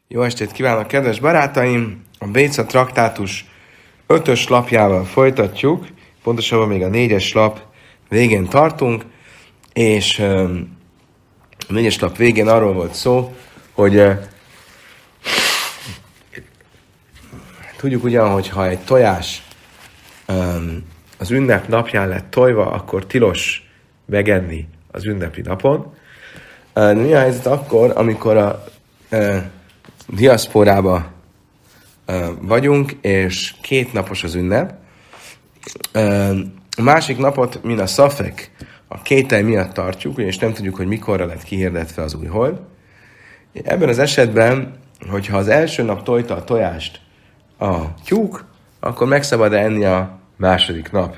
Jó estét kívánok, kedves barátaim! A Béca traktátus 5-ös lapjával folytatjuk, pontosabban még a 4-es lap végén tartunk, és a 4-es lap végén arról volt szó, hogy tudjuk ugyan, hogy ha egy tojás az ünnep napján lett tojva, akkor tilos megenni az ünnepi napon. Mi a helyzet akkor, amikor a diaszporában vagyunk, és 2 napos az ünnep. A másik napot, mint a szafek, a kételj miatt tartjuk, és nem tudjuk, hogy mikorra lett kihirdetve az új hold. Ebben az esetben, hogyha az első nap tojta a tojást a tyúk, akkor meg szabad enni a második nap.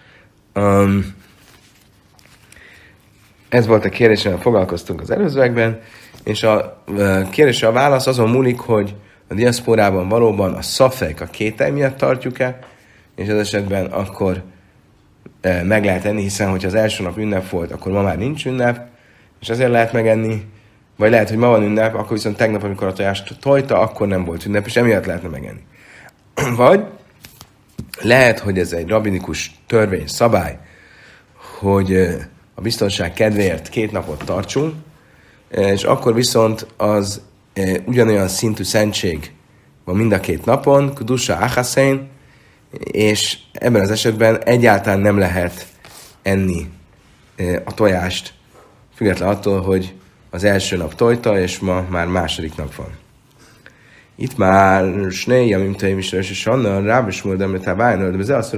Ez volt a kérdés, amivel foglalkoztunk az előzőekben, és a kérdésre a válasz azon múlik, hogy a diaszporában valóban a szafek, a kételj miatt tartjuk-e, és az esetben akkor meg lehet enni, hiszen hogyha az első nap ünnep volt, akkor ma már nincs ünnep, és azért lehet megenni, vagy lehet, hogy ma van ünnep, akkor viszont tegnap, amikor a tojást tojta, akkor nem volt ünnep, és emiatt lehetne megenni. Vagy lehet, hogy ez egy rabinikus törvény, szabály, hogy a biztonság kedvéért 2 napot tartsunk, és akkor viszont az ugyanolyan szintű szentség van mind a 2 napon, Kedusha Achaszein, és ebben az esetben egyáltalán nem lehet enni a tojást, független attól, hogy az első nap tojta, és ma már második nap van. Itt már Snei, amim Teim is és Anna, Rábis Módem, hogy Távájnál, de az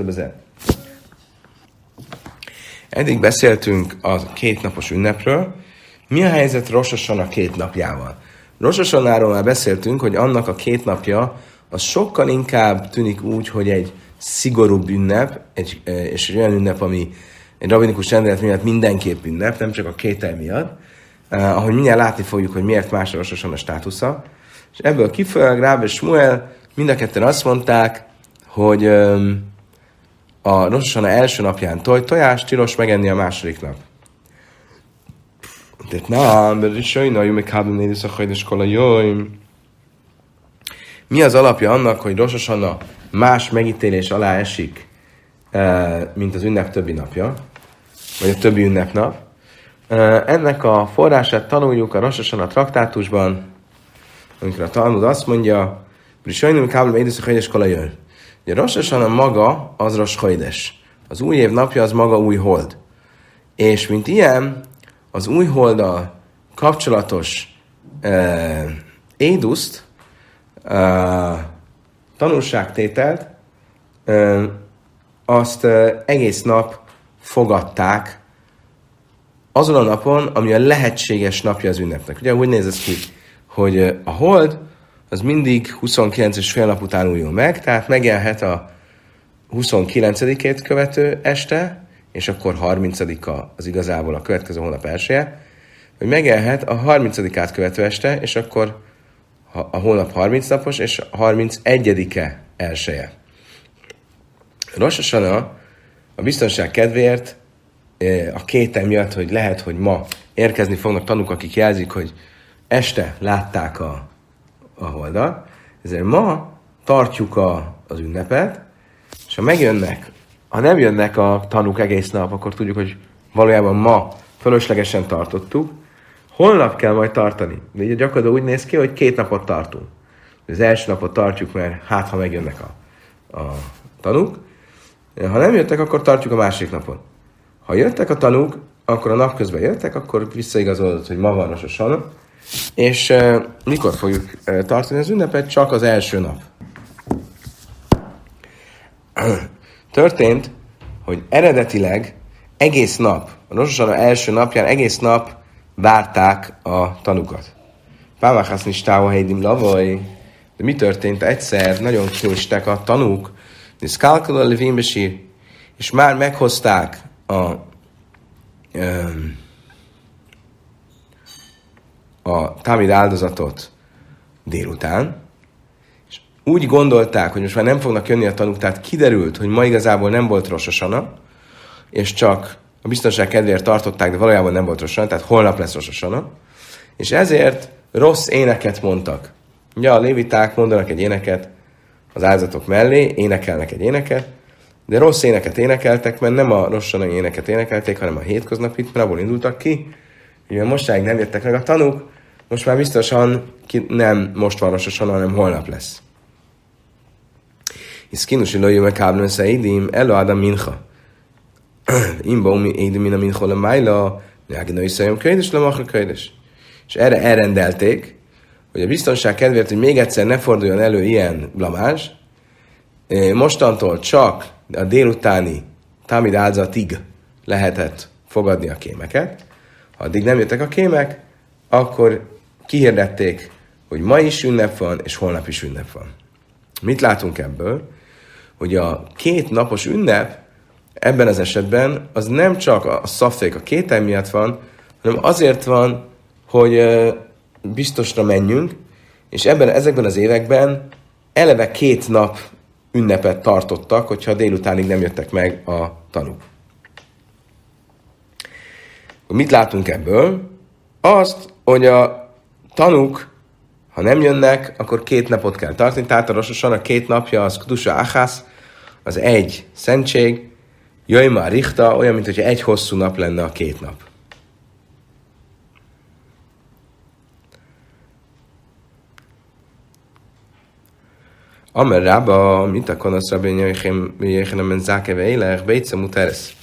eddig beszéltünk a 2 napos ünnepről. Mi a helyzet Rosh Hashanah 2 napjával? Rosh Hashanahról már beszéltünk, hogy annak a 2 napja az sokkal inkább tűnik úgy, hogy egy szigorúbb ünnep, és egy olyan ünnep, ami egy rabinikus rendelet miatt mindenképp ünnep, nem csak a kételj miatt, ahogy mindjárt látni fogjuk, hogy miért más a Rosh Hashanah státusza. És ebből kifolyólag Ráb és Smuel mind a ketten azt mondták, hogy a Rosh Hashanah első napján tojást tilos megenni a második nap. Mi az alapja annak, hogy Rosh Hashanah más megítélés alá esik, mint az ünnep többi napja, vagy a többi ünnepnap? Ennek a forrását tanuljuk a Rosh Hashanah traktátusban, amikor a Talmud azt mondja, hogy a Rosh Hashanah maga az Rosh Chodesh. Az új év napja az maga új hold. És mint ilyen, az új holddal kapcsolatos éduszt, tanulságtételt, azt egész nap fogadták azon a napon, ami a lehetséges napja az ünnepnek. Ugye úgy néz ez ki, hogy a hold az mindig 29 és fél nap után újul meg, tehát megjelenhet a 29-ét követő este, és akkor 30-a az igazából a következő hónap elsője, hogy megjelenhet a 30-át követő este, és akkor a hónap 30 napos, és a 31-e elsője. Rosh Hashanah a biztonság kedvéért a kételj miatt, hogy lehet, hogy ma érkezni fognak tanúk, akik jelzik, hogy este látták a holdat, ezért ma tartjuk az ünnepet, és ha megjönnek, ha nem jönnek a tanúk egész nap, akkor tudjuk, hogy valójában ma fölöslegesen tartottuk, holnap kell majd tartani. De ugye gyakorlatilag úgy néz ki, hogy 2 napot tartunk. Az első napot tartjuk, mert ha megjönnek a tanúk. Ha nem jöttek, akkor tartjuk a másik napot. Ha jöttek a tanúk, akkor a nap közben jöttek, akkor visszaigazolódott, hogy ma van Rosh Hashanah, és mikor fogjuk tartani az ünnepet? Csak az első nap. Történt, hogy eredetileg egész nap, a Rosh Hashanah első napján egész nap várták a tanukat. Pámáhász nistáva heidim lavaj. De mi történt? Egyszer nagyon késtek a tanúk, és már meghozták a támid áldozatot délután, és úgy gondolták, hogy most már nem fognak jönni a tanúk, tehát kiderült, hogy ma igazából nem volt Rosh Hashanah, és csak a biztonság kedvéért tartották, de valójában nem volt Rosh Hashanah, tehát holnap lesz Rosh Hashanah, és ezért rossz éneket mondtak Ugye a léviták mondanak egy éneket az áldozatok mellé, énekelnek egy éneket, de rossz éneket énekeltek, mert nem a rosszanai éneket énekelték, hanem a hétköznapit, mert abból indultak ki. Ugye mostaig nem jöttek meg a tanúk, most már biztosan nem most van Rososan, hanem holnap lesz. És kinusi lőjön meg káblen szeidim, előadam mincha. Imbaumi édim min a mincha le májla, nyáginai szajom könyves, le machra könyves. És erre elrendelték, hogy a biztonság kedvéért, hogy még egyszer ne forduljon elő ilyen blamás, mostantól csak a délutáni támid áldozatig lehetett fogadni a kémeket. Ha addig nem jöttek a kémek, akkor kihirdették, hogy ma is ünnep van, és holnap is ünnep van. Mit látunk ebből? Hogy a 2 napos ünnep ebben az esetben az nem csak a szafék, a kétel miatt van, hanem azért van, hogy biztosra menjünk, és ezekben az években eleve 2 nap ünnepet tartottak, hogyha délutánig nem jöttek meg a tanúk. Mit látunk ebből? Azt, hogy a tanúk, ha nem jönnek, akkor 2 napot kell tartani, tehát a Rososan a 2 napja az Kudusa Achász, az egy szentség, jöjj már Richta, olyan, mint hogyha egy hosszú nap lenne a 2 nap. Amer Rába, mit a konasz Rabbi Yechanan Zákeve Élech, Béca Muteres.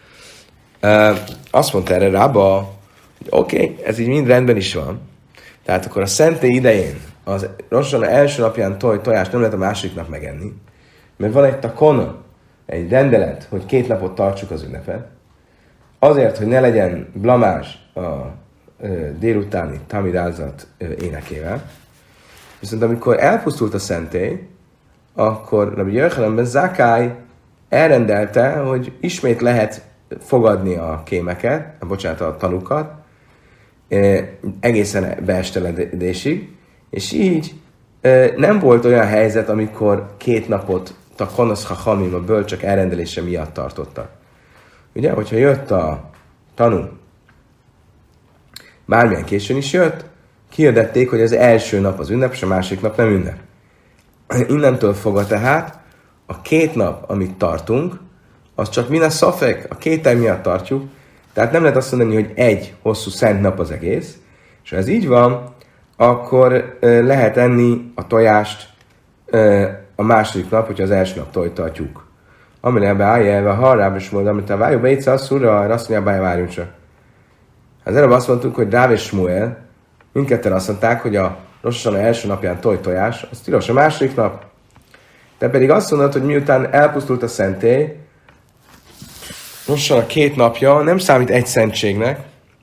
Azt mondta erre Rába, hogy oké, ez így mind rendben is van. Tehát akkor a szentély idején, az Rososan első napján tojást nem lehet a második nap megenni, mert van egy takona, egy rendelet, hogy 2 napot tartsuk az ünnepet, azért, hogy ne legyen blamás a délutáni tamid áldozat énekével. Viszont amikor elpusztult a szentély, akkor Rabbi Yechanan ben Zakkai elrendelte, hogy ismét lehet fogadni a kémeket, a tanukat, egészen beesteledésig, és így nem volt olyan helyzet, amikor 2 napot a konosz hachamim, a bölcsök elrendelése miatt tartottak. Ugye, hogyha jött a tanú, bármilyen későn is jött, kihirdették, hogy az első nap az ünnep, és a másik nap nem ünnep. Innentől fogva tehát a 2 nap, amit tartunk, az csak min a szafek, a kétel miatt tartjuk, tehát nem lehet azt mondani, hogy egy hosszú szent nap az egész, és ha ez így van, akkor lehet enni a tojást a második nap, hogyha az első nap tojt tartjuk. Amire beállja, ha Ráb és Smuel, amit a vájú Béca asszúra, azt mondja, bája várjunk csak. Az előbb azt mondtuk, hogy Ráb és Smuel mindketten azt mondták, hogy a Rososan első napján tojás, az tilos a második nap. Te pedig azt mondod, hogy miután elpusztult a szentély, Rososan a 2 napja nem számít egy szentségnek,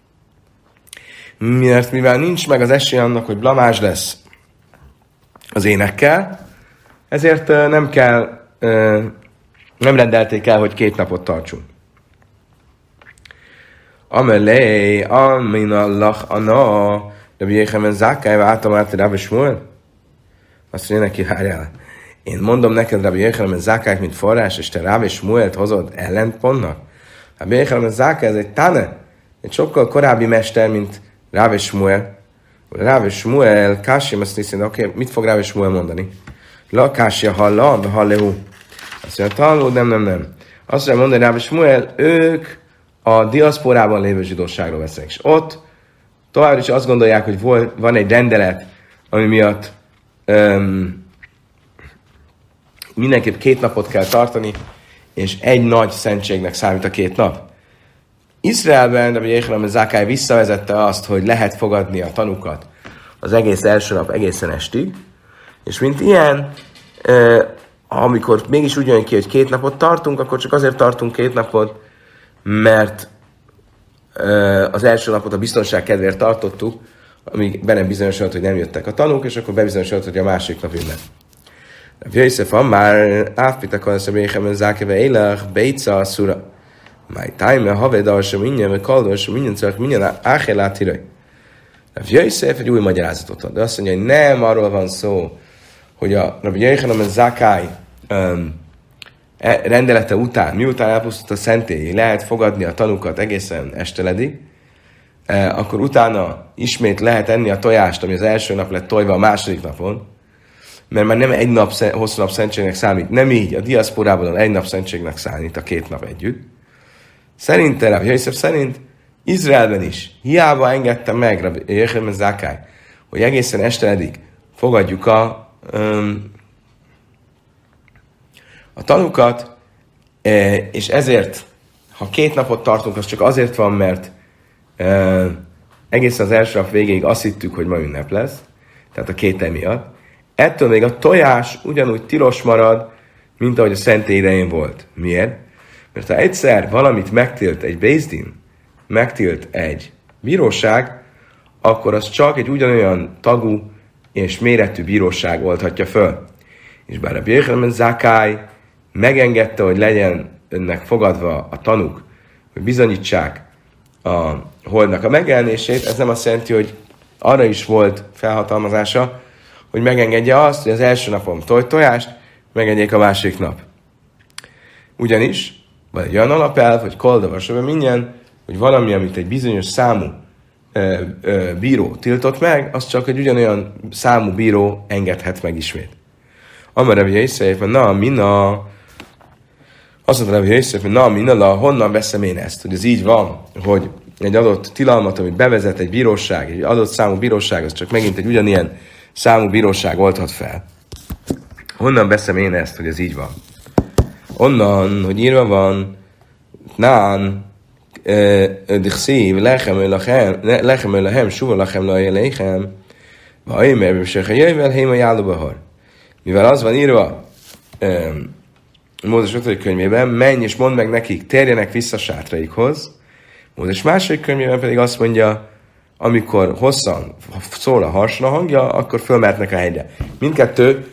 mert mivel nincs meg az esély annak, hogy blamás lesz az énekkel, ezért nem rendelték el, hogy 2 napot tartsunk. Amelé, amina lach ana, Rabbi Yechanan Zákkai váltamát Rabbi Smuel. Azt mondja neki, várjál, én mondom neked Rabbi Yechanan Zákkai, mint forrás, és te Rabbi Smuelt hozod ellentpontnak. Rabbi Yechanan Zákkai, ez egy tane, egy sokkal korábbi mester, mint Rabbi Smuel. Rabbi Smuel, Kásim, azt hiszi, oké, mit fog Rabbi Smuel mondani? La Kásia halla, de hallehu. Azt mondja, tanul, nem. Azt mondja mondani, Rabbi Smuel, ők a diaszporában lévő zsidóságról vesznek. És ott továbbra is azt gondolják, hogy van egy rendelet, ami miatt mindenképp 2 napot kell tartani, és egy nagy szentségnek számít a 2 nap. Izraelben, Rabbi Yechanan ben Zákkai visszavezette azt, hogy lehet fogadni a tanukat az egész első nap egészen estig, és mint ilyen, amikor mégis úgy jön ki, hogy 2 napot tartunk, akkor csak azért tartunk 2 napot, mert az első napot a biztonság kedvéért tartottuk, amíg be nem bizonyosodott, hogy nem jöttek a tanúk, és akkor bebizonyosodott, hogy a másik nap ünnep. Rabbi Yosef már áfpitak az Rabbi Yechanan ben Zákkai Élech, Béca asszúra. Máj tájme, haveda, sem minden, vagy kaldor, sem minden, csak minden áhélát hiraj. Rabbi Yosef egy új magyarázatot ad, de azt mondja, hogy nem arról van szó, hogy a Rabbi Yechanan ben Zákkai rendelete után, miután elpusztult a szentély, lehet fogadni a tanúkat egészen esteledig, akkor utána ismét lehet enni a tojást, ami az első nap lett tojva a második napon, mert már nem egy nap, hosszú nap szentségnek számít, nem így, a diaszporában egy nap szentségnek számít a 2 nap együtt. Szerinte, Rabbi Yosef szerint, Izraelben is hiába engedte meg Rabbi Yochanan Zakkai, hogy egészen estelig fogadjuk a tanukat, és ezért, ha 2 napot tartunk, az csak azért van, mert egészen az első nap végéig azt hittük, hogy ma ünnep lesz, tehát a 2 miatt. Ettől még a tojás ugyanúgy tilos marad, mint ahogy a szentély idején volt. Miért? Mert ha egyszer valamit megtilt egy Bézdin, megtilt egy bíróság, akkor az csak egy ugyanolyan tagú és méretű bíróság oldhatja föl. És bár a Yochanan Zakkai megengedte, hogy legyen önnek fogadva a tanúk, hogy bizonyítsák a holdnak a megjelenését, ez nem azt jelenti, hogy arra is volt felhatalmazása, hogy megengedje azt, hogy az első napon tojást, megengedjék a másik nap. Ugyanis, vagy egy olyan alapelv, hogy koldavasabban mindjárt, hogy valami, amit egy bizonyos számú bíró tiltott meg, az csak egy ugyanolyan számú bíró engedhet meg ismét. Amar Rabbi Yosef, na, mina, azt mondta Rabbi Yosef, na, mina, honnan veszem én ezt, hogy ez így van, hogy egy adott tilalmat, amit bevezet egy bíróság, egy adott számú bíróság, az csak megint egy ugyanilyen számú bíróság oldhat fel. Honnan veszem én ezt, hogy ez így van? Onnan, hogy írva van, nán, dichszív, lechem ölahem, suva lachem lajelechem, vajmer, bimsecha jöjvel, héma jálubahar. Mivel az van írva Mózes 5. könyvében, menj és mondd meg nekik, térjenek vissza sátraikhoz. Mózes 2. könyvében pedig azt mondja, amikor hosszan szól a harsona hangja, akkor fölmehetnek a hegyre. Mindkettő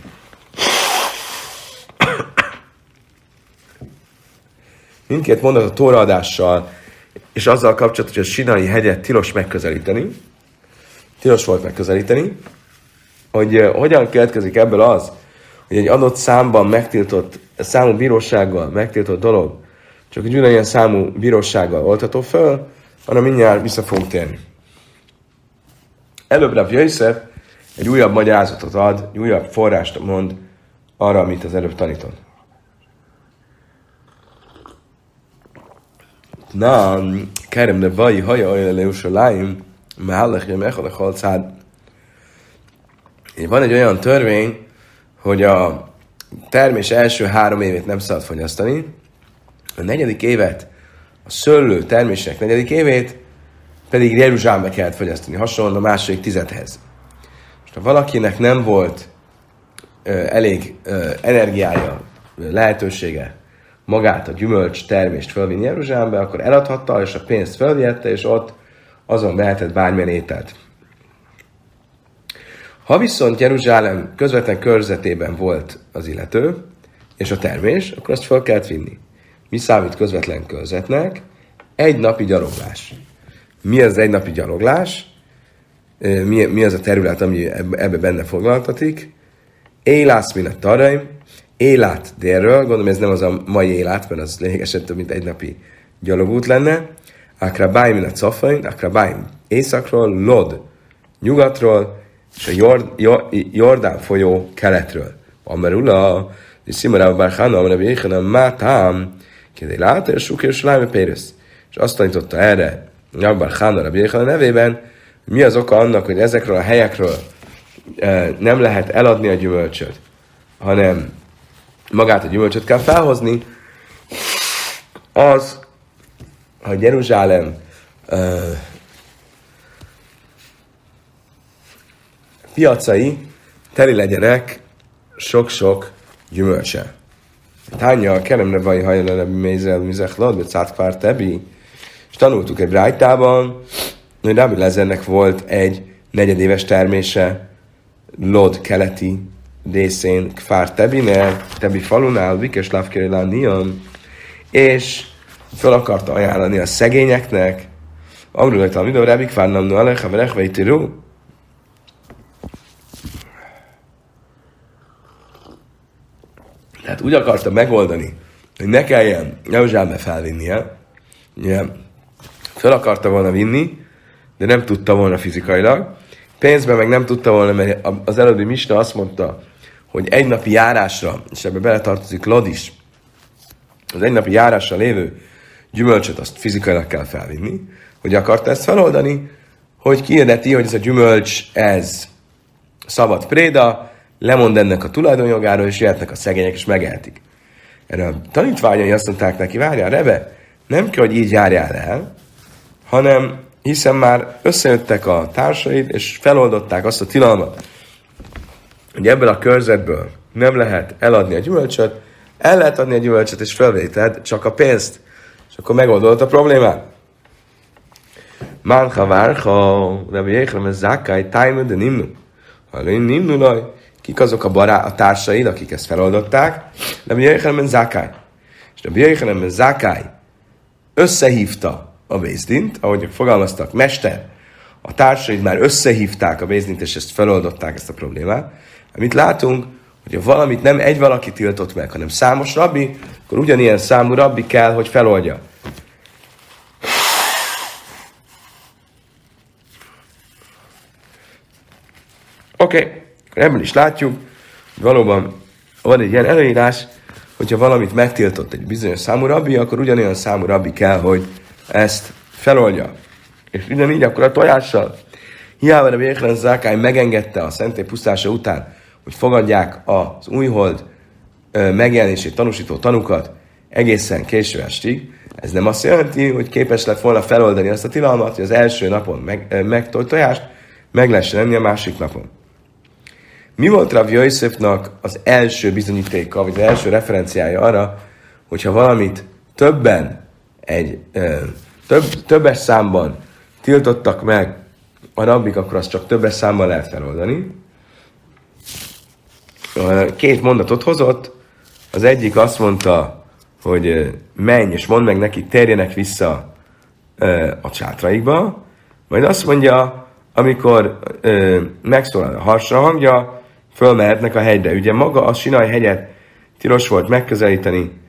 mindkét mondat a tóraadással és azzal kapcsolatos, hogy a Sinai hegyet tilos megközelíteni. Tilos volt megközelíteni. Hogy hogyan következik ebből az, hogy egy adott számban megtiltott, számú bírósággal megtiltott dolog csak egy ugyanilyen számú bírósággal oldható föl, hanem mindjárt vissza fogunk térni. Előbb Rabbi Yosef egy újabb magyarázatot ad, egy újabb forrást mond arra, amit az előbb tanított. Na, kérem, de vaj, haja olyan leusolaim, mehallechem echalech halcád. Van egy olyan törvény, hogy a termés első 3 évét nem szabad fogyasztani, a 4. évet, a szőlő termések 4. évét pedig Jeruzsálembe kellett fogyasztani, hasonlóan a második 10-hez. Most ha valakinek nem volt elég energiája, lehetősége magát a gyümölcs termést fölvinni Jeruzsálembe, akkor eladhatta, és a pénzt fölvihette, és ott azon vehetett bármilyen ételt. Ha viszont Jeruzsálem közvetlen körzetében volt az illető, és a termés, akkor azt fel kellett vinni. Mi számít közvetlen körzetnek? 1 napi gyaloglás. Mi az 1 napi gyaloglás? Mi az a terület, ami ebbe benne foglaltatik? Élász minet taraim, Élát délről, gondolom ez nem az a mai Élát, mert az lényegesen több, mint 1 napi gyalogút lenne. Akrabáim minet szafain, Akrabáim északról, Lod nyugatról, és a Jordán folyó keletről. Amerula, és Szimarában Bárhána, Rabbi Yochanan Mátám, kérdé látja, és Suk és Lájme Pérez. És azt tanította erre Bárhána, Rabbi Yochanan nevében, hogy mi az oka annak, hogy ezekről a helyekről nem lehet eladni a gyümölcsöt, hanem magát a gyümölcsöt kell felhozni, az, hogy Jeruzsálem piacai teli legyenek sok-sok gyümölcse. Tánya, keremre vaj hajlelebi mézel mizechlad, vagy cátkvár tebi. És tanultuk egy brájtában, hogy Rabbi Lezernek volt egy 4 éves termése Lod keleti részén, Kfár Tebinél, Tebi falunál, Vikes Lávkérélán Nion, és fel akarta ajánlani a szegényeknek, Amrulajtal Midó, Rabbi Kfár Namnu Alech, Haverech Veitiru. Tehát úgy akarta megoldani, hogy ne kelljen Jeruzsálembe felvinnie, ugye, fel akarta volna vinni, de nem tudta volna fizikailag. Pénzben meg nem tudta volna, mert az előbbi misna azt mondta, hogy egy napi járásra, és ebbe beletartozik lad is, az egy napi járásra lévő gyümölcsöt azt fizikailag kell felvinni. Hogy akarta ezt feloldani, hogy kiirdeti, hogy ez a gyümölcs, ez szabad préda, lemond ennek a tulajdonjogáról, és jöhetnek a szegények, és megehetik. Erre a tanítványai azt mondták neki, várjál, Rebe, nem kell, hogy így járjál el, hanem hiszen már összejöttek a társaid, és feloldották azt a tilalmat, hogy ebből a körzetből nem lehet eladni a gyümölcsöt, el lehet adni a gyümölcsöt, és felvéted csak a pénzt, és akkor megoldott a problémát. Mánha várha, Rabbi Jéchrem ez zákály, tájmű, de nimnu. Ha nimnu laj, kik azok a társaid, akik ezt feloldották? Rabbi Jéchrem ez zákály. És Rabbi Jéchrem ez zákály összehívta a Bézdint, ahogy fogalmaztak, mester, a társaid már összehívták a Bézdint, és ezt feloldották, ezt a problémát. Amit látunk, hogy ha valamit nem egy valaki tiltott meg, hanem számos rabbi, akkor ugyanilyen számú rabbi kell, hogy feloldja. Oké, ebből is látjuk, hogy valóban van egy ilyen előírás, hogyha valamit megtiltott egy bizonyos számú rabbi, akkor ugyanolyan számú rabbi kell, hogy ezt feloldja. És ugyanígy akkor a tojással. Hiába Rabbi Jéchrem zákály megengedte a szentély pusztása után, hogy fogadják az újhold megjelenését tanúsító tanukat egészen késő estig. Ez nem azt jelenti, hogy képes lett volna feloldani azt a tilalmat, hogy az első napon megtolt tojást meg lehessen enni a másik napon. Mi volt Rav Yosefnak az első bizonyítéka, vagy az első referenciája arra, hogyha valamit többes számban tiltottak meg a rabbik, akkor azt csak többes számban lehet feloldani. Két mondatot hozott, az egyik azt mondta, hogy menj és mondd meg nekik, térjenek vissza a csátraikba, majd azt mondja, amikor megszólal a harsra hangja, fölmehetnek a hegyre. Ugye maga a Sinai hegyet tilos volt megközelíteni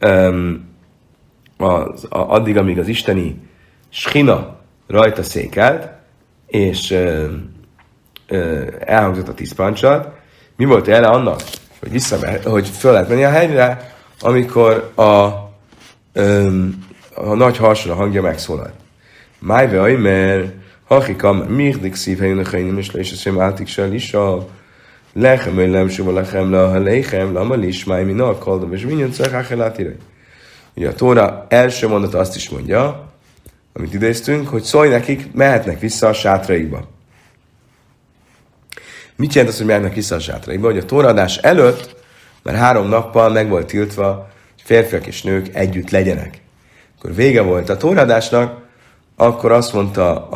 addig, amíg az isteni Shchina rajta székelt, és elhangzott a 10 parancslat. Mi volt erre annak, hogy föl lehet menni a hegyre, amikor a nagy harsra hangja megszólalt. Májve ajmer, hachikam, mirdik szívhelyűnek helyén, és le is eszem áltik se lisa, lechem, ölem, suva lechem, ha lechem, lama lismáj, mi na, kaldom, és minnyien szakhákelátire. Ugye a Tóra első mondata azt is mondja, amit idéztünk, hogy szólj nekik, mehetnek vissza a sátraikba. Mit jelent az, hogy mehetnek vissza a sátraikba? Hogy a tóraadás előtt már 3 nappal meg volt tiltva, hogy férfiak és nők együtt legyenek. Akkor vége volt a tóraadásnak, akkor azt mondta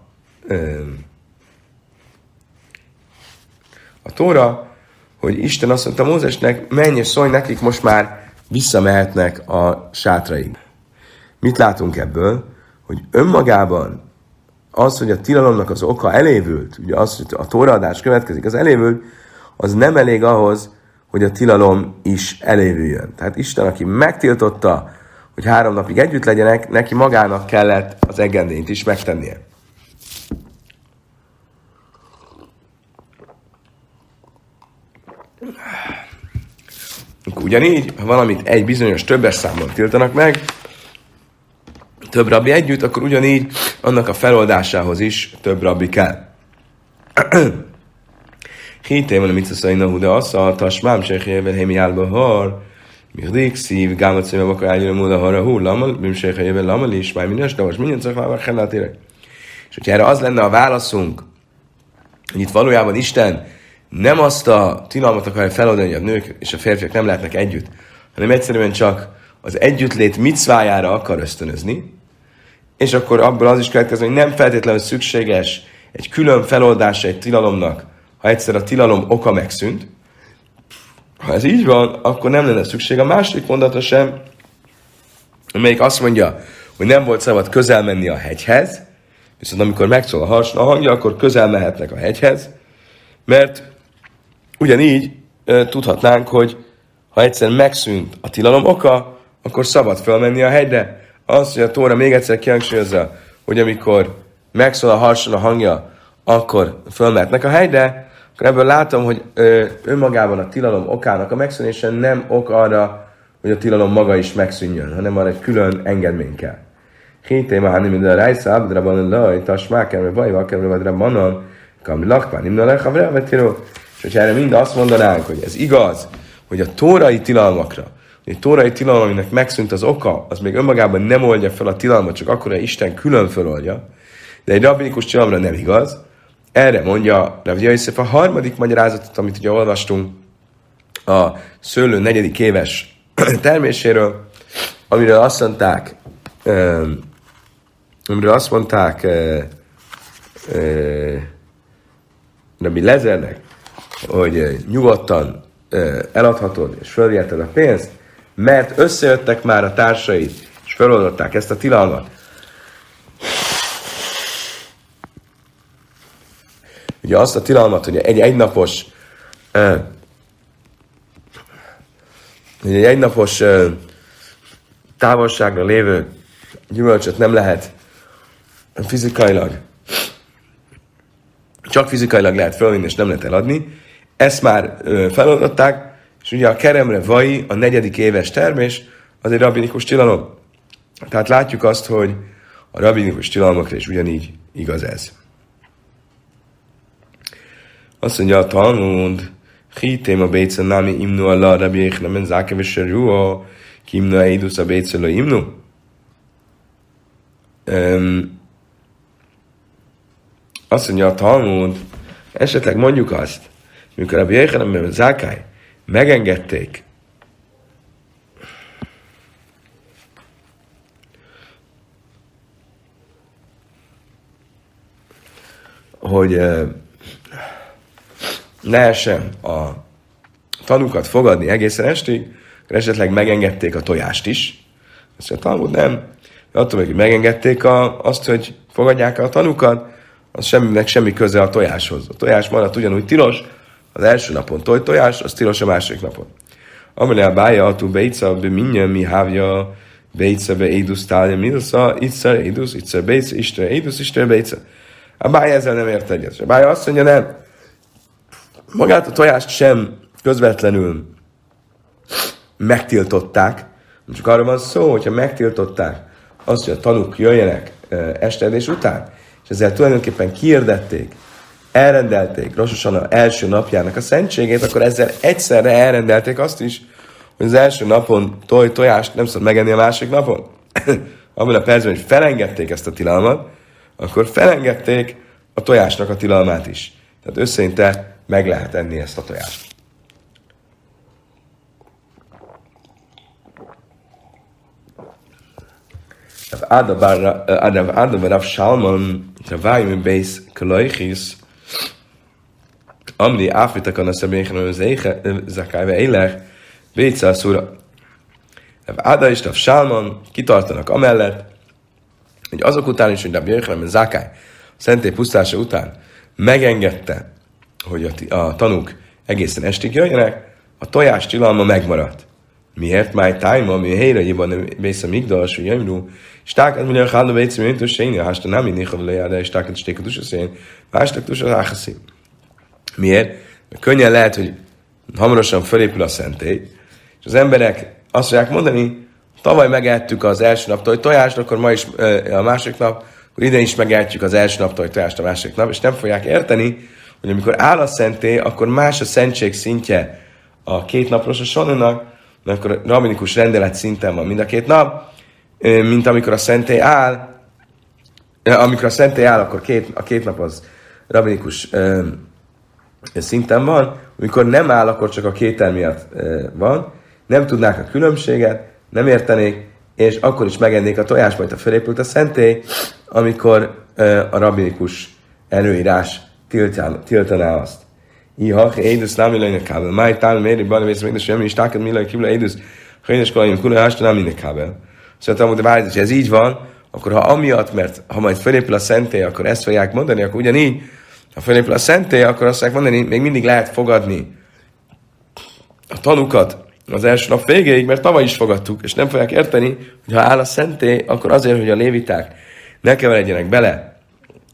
a Tóra, hogy Isten azt mondta Mózesnek, menj és szólj nekik, most már visszamehetnek a sátraig. Mit látunk ebből? Hogy önmagában az, hogy a tilalomnak az oka elévült, ugye az, hogy a tóraadás következik, az elévült, az nem elég ahhoz, hogy a tilalom is elévüljön. Tehát Isten, aki megtiltotta, hogy 3 napig együtt legyenek, neki magának kellett az engedélyt is megtennie. Ugyanígy, ha valamit egy bizonyos többes számban tiltanak meg, több rabbi együtt, akkor ugyanígy annak a feloldásához is több rabbi kell. Hittem van a mitzvah de assza, tasmám sejhelyében hémi álba har, mirdik szív, gámat szépen akar ágyulni móda harra hú, lamal, sejhelyében lamal is, már minden, de most minden szakmában hellátérek. És hogyha erre az lenne a válaszunk, hogy itt valójában Isten nem azt a tilalmat akarja feloldani, hogy a nők és a férfiak nem lehetnek együtt, hanem egyszerűen csak az együttlét micvájára akar ösztönözni, és akkor abból az is következik, hogy nem feltétlenül szükséges egy külön feloldása egy tilalomnak, ha egyszer a tilalom oka megszűnt. Ha ez így van, akkor nem lenne szükség a második mondatra sem, amelyik azt mondja, hogy nem volt szabad közel menni a hegyhez, viszont amikor megszól a harsna hangja, akkor közel mehetnek a hegyhez, mert ugyanígy tudhatnánk, hogy ha egyszer megszűnt a tilalom oka, akkor szabad felmenni a hegyre. Az, hogy a Tóra még egyszer kihangsúlyozza, hogy amikor megszól a harson a hangja, akkor fölmehetnek a helyre, akkor ebből látom, hogy önmagában a tilalom okának a megszűnése nem ok arra, hogy a tilalom maga is megszűnjön, hanem arra egy külön engedmény kell. Hité már nem minden rejsze, abdraban laj, tasmákemre, vajvakemre, vagy rabbanon, kami lakpán, nimna lechavre, vagy tiró. És hogyha erre mind azt mondanánk, hogy ez igaz, hogy a tórai tilalmakra, egy tórai tilalom, aminek megszűnt az oka, az még önmagában nem oldja fel a tilalmat, csak akkor, hogy Isten külön feloldja, de egy rabbinikus tilalomra nem igaz. Erre mondja Rav Yosef a harmadik magyarázatot, amit ugye olvastunk a szőlő 4. éves terméséről, amiről azt mondták Rabbi Lezernek, hogy nyugodtan eladhatod és fölviheted a pénzt, mert összejöttek már a társaid, és feloldották ezt a tilalmat. Ugye azt a tilalmat, hogy egy egynapos távolságra lévő gyümölcsöt nem lehet fizikailag, csak fizikailag lehet fölvinni, és nem lehet eladni. Ezt már feloldották, és ugye a keremre vai, a 4. éves termés, az egy rabbinikus tilalom. Tehát látjuk azt, hogy a rabbinikus tilalmakra is ugyanígy igaz ez. Azt mondja a Talmud, Hitém a bécen námi imnu Allah, Rabbi Yechna ben Zákev és Serua, ki imnu eidusz a bécen lo imnu. Azt mondja a Talmud, esetleg mondjuk azt, mikor Rabbi Yechna ben Zákai megengedték, hogy lehessen a tanukat fogadni egészen estig, akkor esetleg megengedték a tojást is. Azt mondja, Talmud nem. Attól, hogy megengedték azt, hogy fogadják a tanukat, az semmi köze a tojáshoz. A tojás maradt ugyanúgy tilos, az első napon tojás, az tilos a második napon. Amely a bája, atú beica, be minnyen mi hávja, beica, be édusz, tálja, milsza, ittszer, édusz, ittszer, beica, istre, édusz, istre, beica. A bája ezzel nem ért egyet. A bája azt mondja, nem. Magát a tojást sem közvetlenül megtiltották, csak arra van szó, hogyha megtiltották azt, hogy a tanúk jöjjenek esteedés után, és ezzel tulajdonképpen kiirdették, elrendelték Rosh Hashanah első napjának a szentségét, akkor ezzel egyszerre elrendelték azt is, hogy az első napon tojást nem szabad megenni a másik napon. Abban a percben, hogy felengedték ezt a tilalmat, akkor felengedték a tojásnak a tilalmát is. Tehát összeinte meg lehet enni ezt a tojást. Áda Rav Salman, Travaim Beis Kalaichis, Amli Áfritakon a Szabékon Zakájve Élech, Bécel Szura. Áda és Rav Salman kitartanak amellett, hogy azok után is, hogy Rabbi Yochanan Zakály a szentély pusztása után megengedte, hogy a tanúk egészen estig jöjjenek, a tojás tilalma megmaradt. Miért? Máj tájma, mi helyreiban bészem igdalas, hogy jöjjön, és tákad mondja, hogy hálna bécem jöntő sényi, hástan nem mindig, ha lejáda, és tákad sték a tusaszén, mástak tusaszén. Miért? Mert könnyen lehet, hogy hamarosan felépül a szentély, és az emberek azt fogják mondani, tavaly megettük az első naptól tojást, akkor ma is a második nap, akkor idén is megettük az első naptól tojást a második nap, és nem fogják érteni, hogy amikor áll a szentély, akkor más a szentség szintje a 2 napos a Hashanahnak, mert akkor a rabbinikus rendelet szinten van mind a 2 nap, mint amikor a szentély áll. Amikor a szentély áll, akkor a 2 nap az rabbinikus szinten van, amikor nem áll, akkor csak a kétel miatt van. Nem tudnák a különbséget, nem értenék, és akkor is megennék a tojást, majd a felépült a szentély, amikor a rabbinikus előírás tiltaná azt. Iha, édusz nem illajnak kábel. Máj tál, méri, balavész, még semmi is tákad, mi illaj, kívül édusz, hajnes kalajim, kula, hásta nem mindig kábel. Szóval hogy várj, hogy ez így van, akkor ha amiatt, mert ha majd felépül a szentély, akkor ezt fogják mondani, akkor ugyanígy, ha felépül a szentély, akkor azt fogják mondani, még mindig lehet fogadni a tanukat az első nap végéig, mert tavaly is fogadtuk, és nem fogják érteni, hogy ha áll a szentély, akkor azért, hogy a léviták ne keveredjenek bele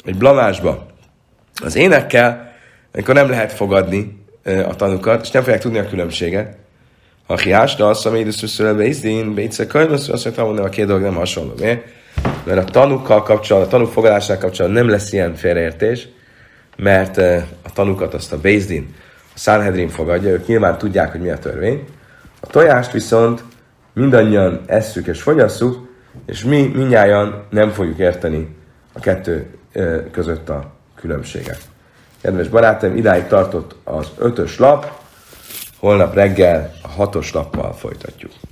vagy blamásba az énekkel, akkor nem lehet fogadni a tanukat, és nem fogják tudni a különbséget. Ha hiásna, azt mondja, hogy szülőbe izdín, bétszer kajnosz, azt mondja, hogy a két dolog nem hasonló. Miért? Mert a tanukkal kapcsolatban, a tanuk fogadásával kapcsolatban nem lesz ilyen félreértés, mert a tanukat azt a Bézdin, a Sanhedrin fogadja, ők nyilván tudják, hogy mi a törvény. A tojást viszont mindannyian esszük és fogyasszuk, és mi mindnyájan nem fogjuk érteni a kettő között a különbséget. Kedves barátaim, idáig tartott az 5-ös lap, holnap reggel a 6-os lappal folytatjuk.